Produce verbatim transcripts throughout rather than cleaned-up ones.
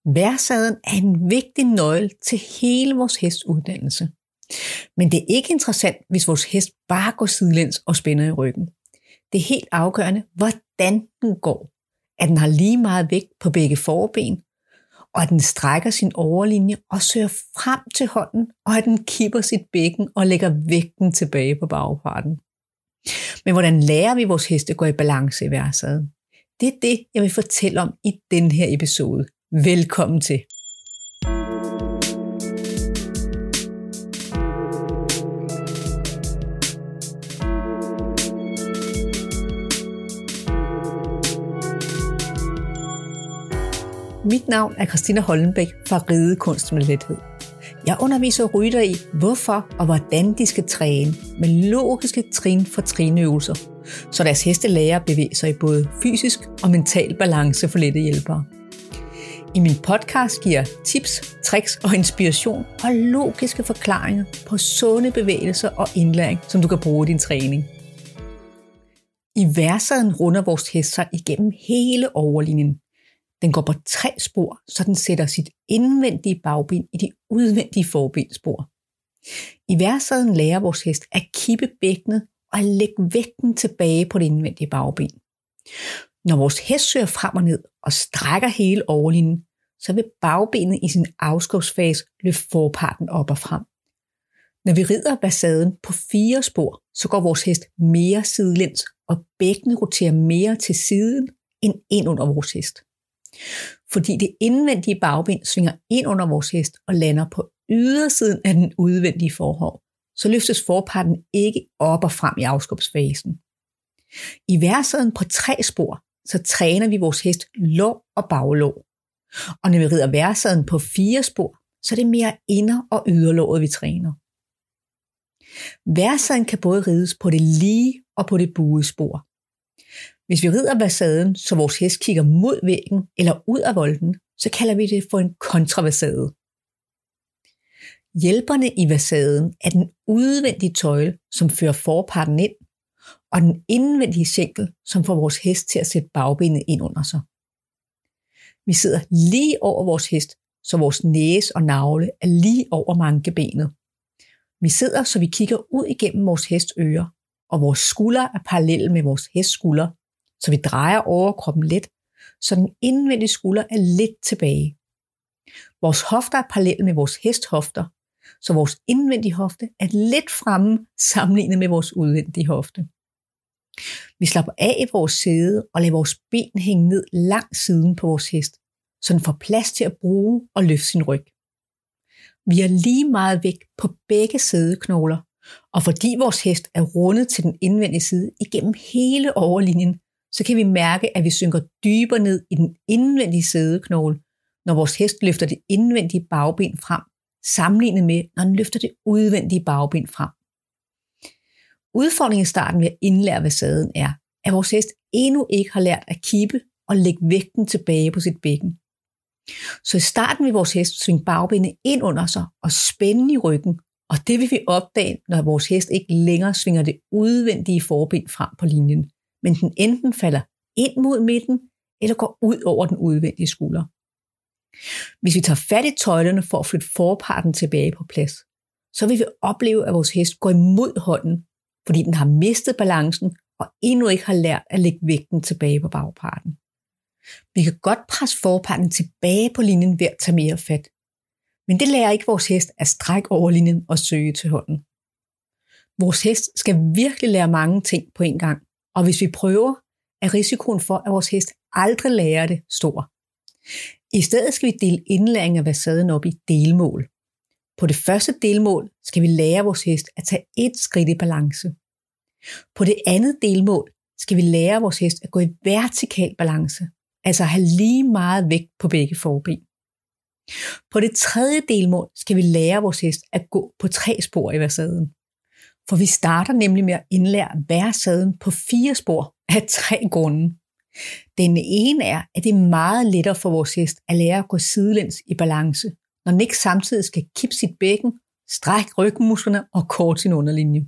Vejrsaden er en vigtig nøgle til hele vores hests uddannelse. Men det er ikke interessant, hvis vores hest bare går sidelæns og spænder i ryggen. Det er helt afgørende, hvordan den går. At den har lige meget vægt på begge forben, og at den strækker sin overlinje og søger frem til hånden, og at den kipper sit bækken og lægger vægten tilbage på bagparten. Men hvordan lærer vi vores heste at gå i balance i vejrsaden? Det er det, jeg vil fortælle om i den her episode. Velkommen til. Mit navn er Christina Hollenbæk fra Ridekunst med lethed. Jeg underviser rytter i, hvorfor og hvordan de skal træne med logiske trin for trinøvelser, så deres heste lærer at bevæge sig i både fysisk og mental balance for lette hjælpere. I min podcast giver jeg tips, tricks og inspiration og logiske forklaringer på sunde bevægelser og indlæring, som du kan bruge i din træning. I vejrsaden runder vores hest sig igennem hele overlinjen. Den går på tre spor, så den sætter sit indvendige bagben i de udvendige forbensspor. I vejrsaden lærer vores hest at kippe bækkenet og at lægge vægten tilbage på det indvendige bagben. Når vores hest søger frem og ned og strækker hele overlinjen, så vil bagbenet i sin afskovsfase løfte forparten op og frem. Når vi rider vejrsaden på fire spor, så går vores hest mere sidelæns, og bækkenet roterer mere til siden end ind under vores hest. Fordi det indvendige bagben svinger ind under vores hest og lander på ydersiden af den udvendige forhov, så løftes forparten ikke op og frem i afskubsfasen. I vejrsaden på tre spor, så træner vi vores hest lår og baglår. Og når vi rider vejrsaden på fire spor, så er det mere inder- og yderlåret, vi træner. Vejrsaden kan både rides på det lige og på det buede spor. Hvis vi rider vejrsaden, så vores hest kigger mod væggen eller ud af volden, så kalder vi det for en kontravejrsade. Hjælperne i vejrsaden er den udvendige tøjle, som fører forparten ind, og den indvendige skænkel, som får vores hest til at sætte bagbenet ind under sig. Vi sidder lige over vores hest, så vores næse og navle er lige over mankebenet. Vi sidder, så vi kigger ud igennem vores hests ører, og vores skuldre er parallelle med vores hests skuldre, så vi drejer overkroppen let, så den indvendige skulder er lidt tilbage. Vores hofter er parallelle med vores hests hofter, så vores indvendige hofte er lidt fremme sammenlignet med vores udvendige hofte. Vi slapper af i vores sæde og lader vores ben hænge ned langs siden på vores hest, så den får plads til at bruge og løfte sin ryg. Vi har lige meget vægt på begge sædeknogler, og fordi vores hest er rundet til den indvendige side igennem hele overlinjen, så kan vi mærke, at vi synker dybere ned i den indvendige sædeknogle, når vores hest løfter det indvendige bagben frem, sammenlignet med, når den løfter det udvendige bagben frem. Udfordringen i starten ved at indlære vejrsaden er, at vores hest endnu ikke har lært at kippe og lægge vægten tilbage på sit bækken. Så i starten vil vores hest svinge bagbenet ind under sig og spænde i ryggen, og det vil vi opdage, når vores hest ikke længere svinger det udvendige forben frem på linjen, men den enten falder ind mod midten eller går ud over den udvendige skulder. Hvis vi tager fat i tøjlerne for at flytte forparten tilbage på plads, så vil vi opleve, at vores hest går imod hånden, fordi den har mistet balancen og endnu ikke har lært at lægge vægten tilbage på bagparten. Vi kan godt presse forparten tilbage på linjen ved at tage mere fat, men det lærer ikke vores hest at strække over linjen og søge til hånden. Vores hest skal virkelig lære mange ting på en gang, og hvis vi prøver, er risikoen for, at vores hest aldrig lærer det stor. I stedet skal vi dele indlæring af vejrsaden op i delmål. På det første delmål skal vi lære vores hest at tage et skridt i balance. På det andet delmål skal vi lære vores hest at gå i vertikal balance, altså have lige meget vægt på begge forben. På det tredje delmål skal vi lære vores hest at gå på tre spor i vejrsaden. For vi starter nemlig med at indlære vejrsaden på fire spor af tre grunde. Den ene er, at det er meget lettere for vores hest at lære at gå sidelæns i balance, når den ikke samtidig skal kippe sit bækken, strække rygmusklerne og korte sin underlinje.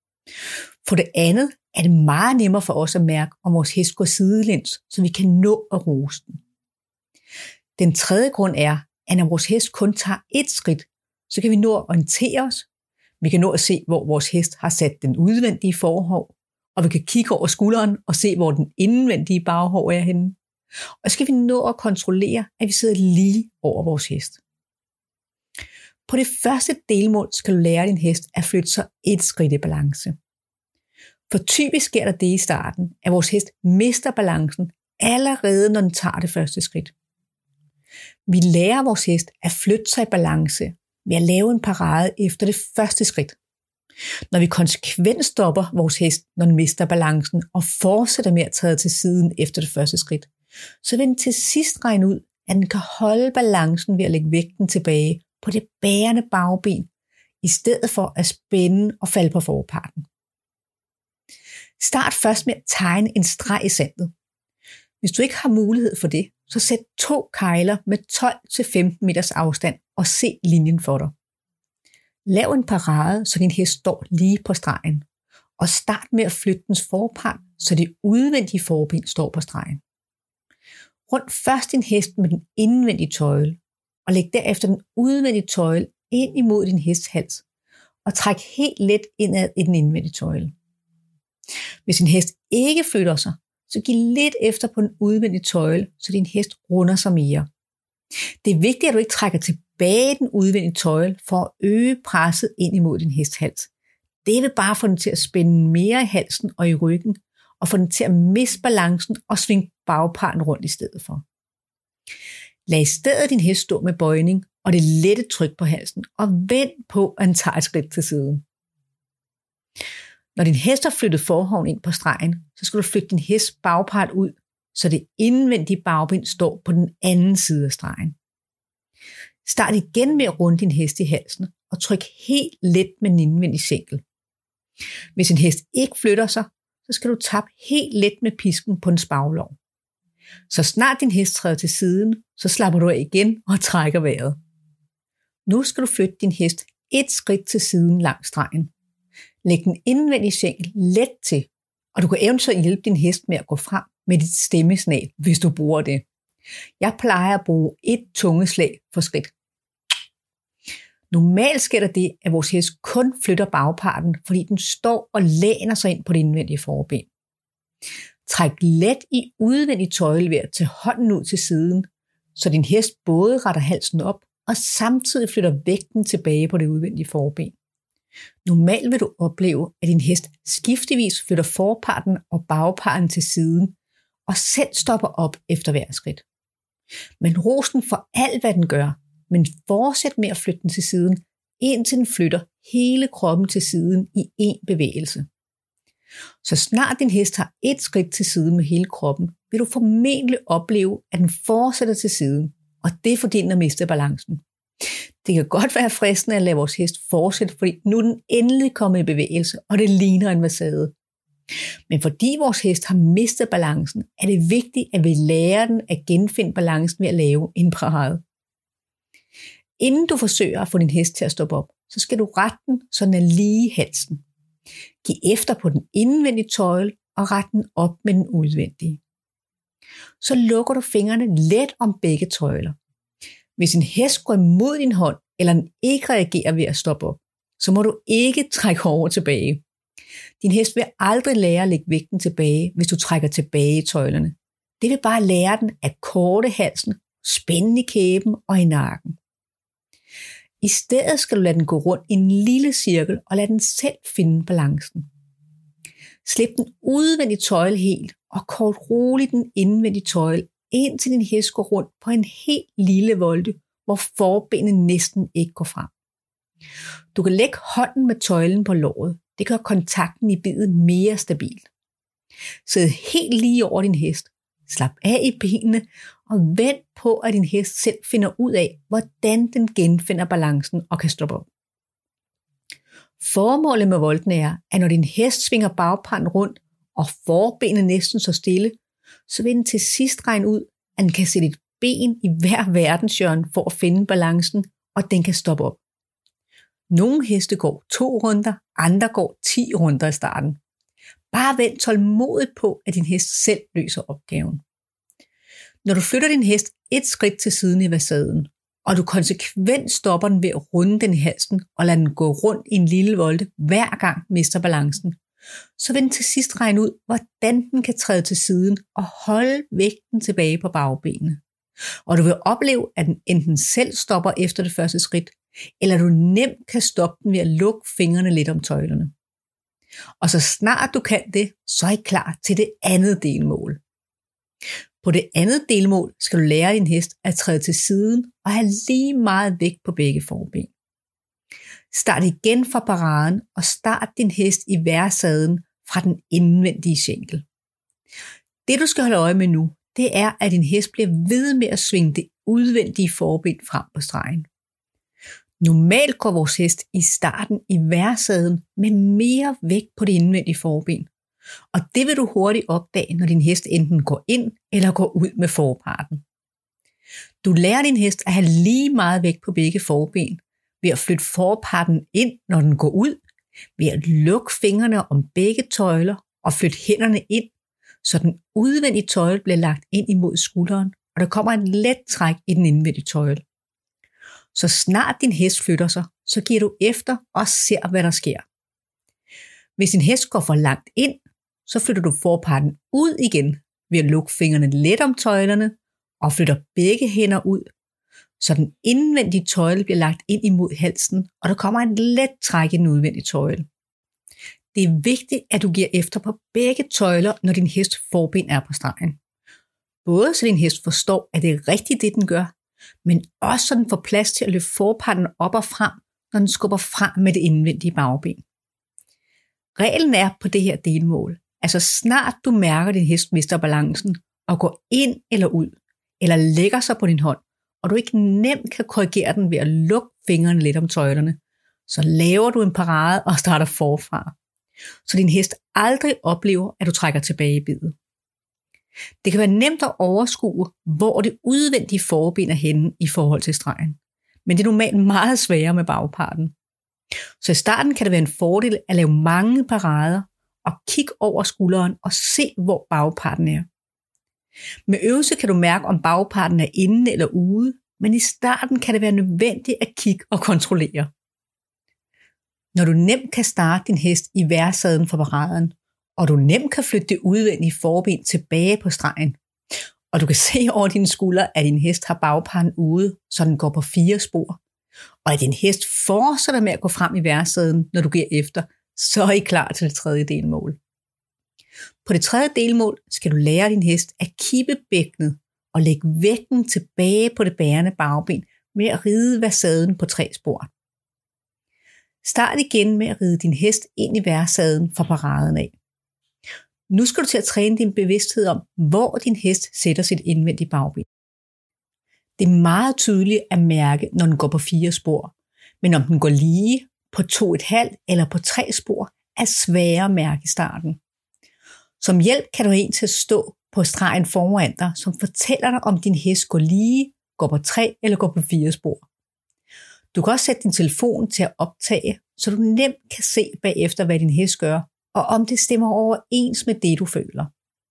For det andet er det meget nemmere for os at mærke, om vores hest går sidelæns, så vi kan nå at rose den. Den tredje grund er, at når vores hest kun tager et skridt, så kan vi nå at orientere os. Vi kan nå at se, hvor vores hest har sat den udvendige forhov, og vi kan kigge over skulderen og se, hvor den indvendige baghov er henne. Og så skal vi nå at kontrollere, at vi sidder lige over vores hest. På det første delmål skal du lære din hest at flytte sig et skridt i balance. For typisk sker der det i starten, at vores hest mister balancen allerede, når den tager det første skridt. Vi lærer vores hest at flytte sig i balance ved at lave en parade efter det første skridt. Når vi konsekvent stopper vores hest, når den mister balancen, og fortsætter med at træde til siden efter det første skridt, så vil den til sidst regne ud, at den kan holde balancen ved at lægge vægten tilbage på det bærende bagben, i stedet for at spænde og falde på forparten. Start først med at tegne en streg i sandet. Hvis du ikke har mulighed for det, så sæt to kegler med tolv til femten meters afstand og se linjen for dig. Lav en parade, så din hest står lige på stregen, og start med at flytte dens forpart, så det udvendige forben står på stregen. Rund først din hest med den indvendige tøjle, og læg derefter den udvendige tøjle ind imod din hests hals, og træk helt let indad i den indvendige tøjle. Hvis din hest ikke flytter sig, så giv lidt efter på den udvendige tøjle, så din hest runder sig mere. Det er vigtigt, at du ikke trækker tilbage den udvendige tøjle for at øge presset ind imod din hests hals. Det vil bare få den til at spænde mere i halsen og i ryggen, og få den til at miste balancen og svinge bagparten rundt i stedet for. Lad i stedet din hest stå med bøjning og det lette tryk på halsen, og vend på, at den tager et skridt til siden. Når din hest har flyttet forhoven ind på stregen, så skal du flytte din hests bagpart ud, så det indvendige bagben står på den anden side af stregen. Start igen med at runde din hest i halsen, og tryk helt let med den indvendige skænkel. Hvis en hest ikke flytter sig, så skal du tappe helt let med pisken på dens baglov. Så snart din hest træder til siden, så slapper du af igen og trækker vejret. Nu skal du flytte din hest et skridt til siden langs stregen. Læg den indvendige skænkel let til, og du kan eventuelt hjælpe din hest med at gå frem med dit stemmesnæl, hvis du bruger det. Jeg plejer at bruge et tungeslag for skridt. Normalt sker der det, at vores hest kun flytter bagparten, fordi den står og læner sig ind på det indvendige forben. Træk let i udvendig tøjle ved at tage hånden ud til siden, så din hest både retter halsen op og samtidig flytter vægten tilbage på det udvendige forben. Normalt vil du opleve, at din hest skiftevis flytter forparten og bagparten til siden, og selv stopper op efter hver skridt. Men ros den for alt, hvad den gør, men fortsæt med at flytte den til siden, indtil den flytter hele kroppen til siden i én bevægelse. Så snart din hest har et skridt til siden med hele kroppen, vil du formentlig opleve, at den fortsætter til siden, og det er fordi den har mistet balancen. Det kan godt være fristende at lade vores hest fortsætte, fordi nu er den endelig kommet i bevægelse, og det ligner en versade. Men fordi vores hest har mistet balancen, er det vigtigt, at vi lærer den at genfinde balancen ved at lave en parade. Inden du forsøger at få din hest til at stoppe op, så skal du rette den, så den er lige i halsen. Giv efter på den indvendige tøjle og ret den op med den udvendige. Så lukker du fingrene let om begge tøjler. Hvis en hest går imod din hånd, eller den ikke reagerer ved at stoppe op, så må du ikke trække over tilbage. Din hest vil aldrig lære at lægge vægten tilbage, hvis du trækker tilbage i tøjlerne. Det vil bare lære den at korte halsen, spænde i kæben og i nakken. I stedet skal du lade den gå rundt i en lille cirkel og lade den selv finde balancen. Slip den udvendige tøjle helt og kort roligt den indvendige tøjle, indtil din hest går rundt på en helt lille volte, hvor forbenet næsten ikke går frem. Du kan lægge hånden med tøjlen på låret. Det gør kontakten i bidet mere stabil. Sid helt lige over din hest. Slap af i benene og vent på, at din hest selv finder ud af, hvordan den genfinder balancen og kan stoppe op. Formålet med volten er, at når din hest svinger bagparten rundt og forbenet næsten så stille, så vil den til sidst regne ud, at den kan sætte et ben i hver verdenshjørne for at finde balancen, og den kan stoppe op. Nogle heste går to runder, andre går ti runder i starten. Bare vent tålmodigt på, at din hest selv løser opgaven. Når du flytter din hest et skridt til siden i versaden, og du konsekvent stopper den ved at runde den i halsen og lade den gå rundt i en lille volte, hver gang mister balancen, så vil den til sidst regne ud, hvordan den kan træde til siden og holde vægten tilbage på bagbenene. Og du vil opleve, at den enten selv stopper efter det første skridt, eller du nemt kan stoppe den ved at lukke fingrene lidt om tøjlerne. Og så snart du kan det, så er I klar til det andet delmål. På det andet delmål skal du lære din hest at træde til siden og have lige meget vægt på begge forben. Start igen fra paraden og start din hest i værsaden fra den indvendige skænkel. Det du skal holde øje med nu, det er, at din hest bliver ved med at svinge det udvendige forben frem på stregen. Normalt går vores hest i starten i værsaden med mere vægt på det indvendige forben, og det vil du hurtigt opdage, når din hest enten går ind eller går ud med forparten. Du lærer din hest at have lige meget vægt på begge forben, ved at flytte forparten ind, når den går ud, ved at lukke fingrene om begge tøjler og flytte hænderne ind, så den udvendige tøjle bliver lagt ind imod skulderen, og der kommer en let træk i den indvendige tøjle. Så snart din hest flytter sig, så giver du efter og ser, hvad der sker. Hvis din hest går for langt ind, så flytter du forparten ud igen ved at lukke fingrene let om tøjlerne og flytter begge hænder ud, så den indvendige tøjle bliver lagt ind imod halsen, og der kommer en let træk i den udvendige tøjle. Det er vigtigt, at du giver efter på begge tøjler, når din hest forben er på stregen. Både så din hest forstår, at det er rigtigt det, den gør, men også så den får plads til at løfte forparten op og frem, når den skubber frem med det indvendige bagben. Reglen er på det her delmål, altså snart du mærker, at din hest mister balancen og går ind eller ud, eller lægger sig på din hånd, og du ikke nemt kan korrigere den ved at lukke fingrene lidt om tøjlerne, så laver du en parade og starter forfra, så din hest aldrig oplever, at du trækker tilbage i bidet. Det kan være nemt at overskue, hvor det udvendige forben er henne i forhold til stregen, men det er normalt meget sværere med bagparten. Så i starten kan det være en fordel at lave mange parader og kigge over skulderen og se, hvor bagparten er. Med øvelse kan du mærke, om bagparten er inde eller ude, men i starten kan det være nødvendigt at kigge og kontrollere. Når du nemt kan starte din hest i værsaden for paraden, og du nemt kan flytte det udvendige forben tilbage på stregen, og du kan se over dine skuldre, at din hest har bagparten ude, så den går på fire spor, og at din hest fortsætter med at gå frem i værsaden, når du giver efter, så er I klar til det tredje delmål. På det tredje delmål skal du lære din hest at kippe bækkenet og lægge vægten tilbage på det bærende bagben med at ride værsaden på tre spor. Start igen med at ride din hest ind i værsaden fra paraden af. Nu skal du til at træne din bevidsthed om, hvor din hest sætter sit indvendige bagben. Det er meget tydeligt at mærke, når den går på fire spor, men om den går lige, på to et halvt eller på tre spor, er sværere at mærke i starten. Som hjælp kan du have en til at stå på stregen foran dig, som fortæller dig, om din hest går lige, går på tre eller går på fire spor. Du kan også sætte din telefon til at optage, så du nemt kan se bagefter, hvad din hest gør, og om det stemmer overens med det, du føler.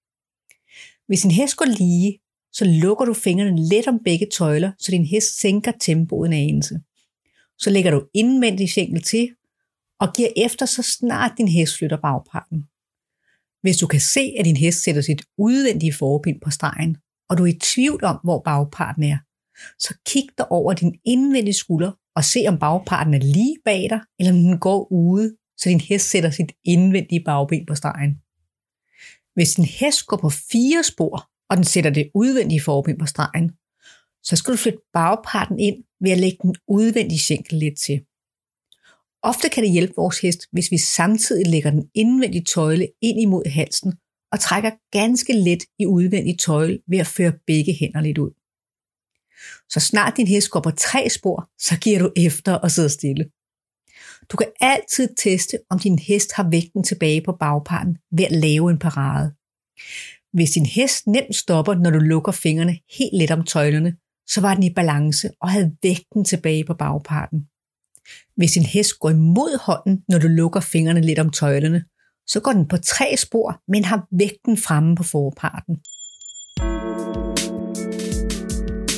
Hvis din hest går lige, så lukker du fingrene let om begge tøjler, så din hest sænker tempoet en anelse. Så lægger du indvendig skænkel til, og giver efter, så snart din hest flytter bagparten. Hvis du kan se, at din hest sætter sit udvendige forben på stregen, og du er i tvivl om, hvor bagparten er, så kig dig over din indvendige skulder og se, om bagparten er lige bag dig, eller om den går ude, så din hest sætter sit indvendige bagben på stregen. Hvis din hest går på fire spor, og den sætter det udvendige forben på stregen, så skal du flytte bagparten ind ved at lægge den udvendige skænkel lidt til. Ofte kan det hjælpe vores hest, hvis vi samtidig lægger den indvendige tøjle ind imod halsen og trækker ganske let i udvendige tøjle ved at føre begge hænder lidt ud. Så snart din hest går på tre spor, så giver du efter og sidder stille. Du kan altid teste, om din hest har vægten tilbage på bagparten ved at lave en parade. Hvis din hest nemt stopper, når du lukker fingrene helt let om tøjlerne, så var den i balance og havde vægten tilbage på bagparten. Hvis din hest går imod hånden, når du lukker fingrene lidt om tøjlerne, så går den på tre spor, men har vægten fremme på forparten.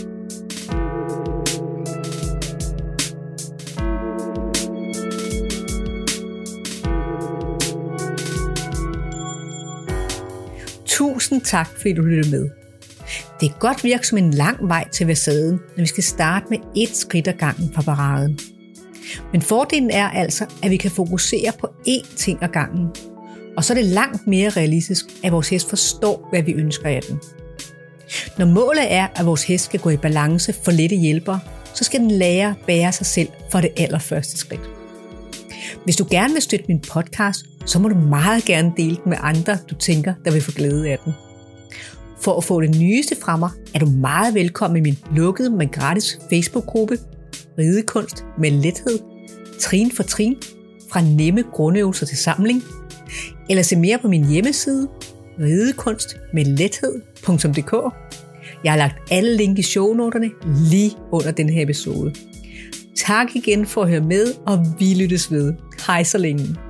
Tusind tak, fordi du lyttede med. Det kan godt virke som en lang vej til Versaden, når vi skal starte med et skridt ad gangen fra paraden. Men fordelen er altså, at vi kan fokusere på én ting ad gangen. Og så er det langt mere realistisk, at vores hest forstår, hvad vi ønsker af den. Når målet er, at vores hest skal gå i balance for lette hjælpere, så skal den lære at bære sig selv for det allerførste skridt. Hvis du gerne vil støtte min podcast, så må du meget gerne dele den med andre, du tænker, der vil få glæde af den. For at få det nyeste fra mig, er du meget velkommen i min lukkede, men gratis Facebook-gruppe Ridekunst med lethed, trin for trin, fra nemme grundøvelser til samling. Eller se mere på min hjemmeside, ridekunst med lethed punktum d k. Jeg har lagt alle link i shownoterne lige under den her episode. Tak igen for at høre med, og vi lyttes ved. Hej så længe.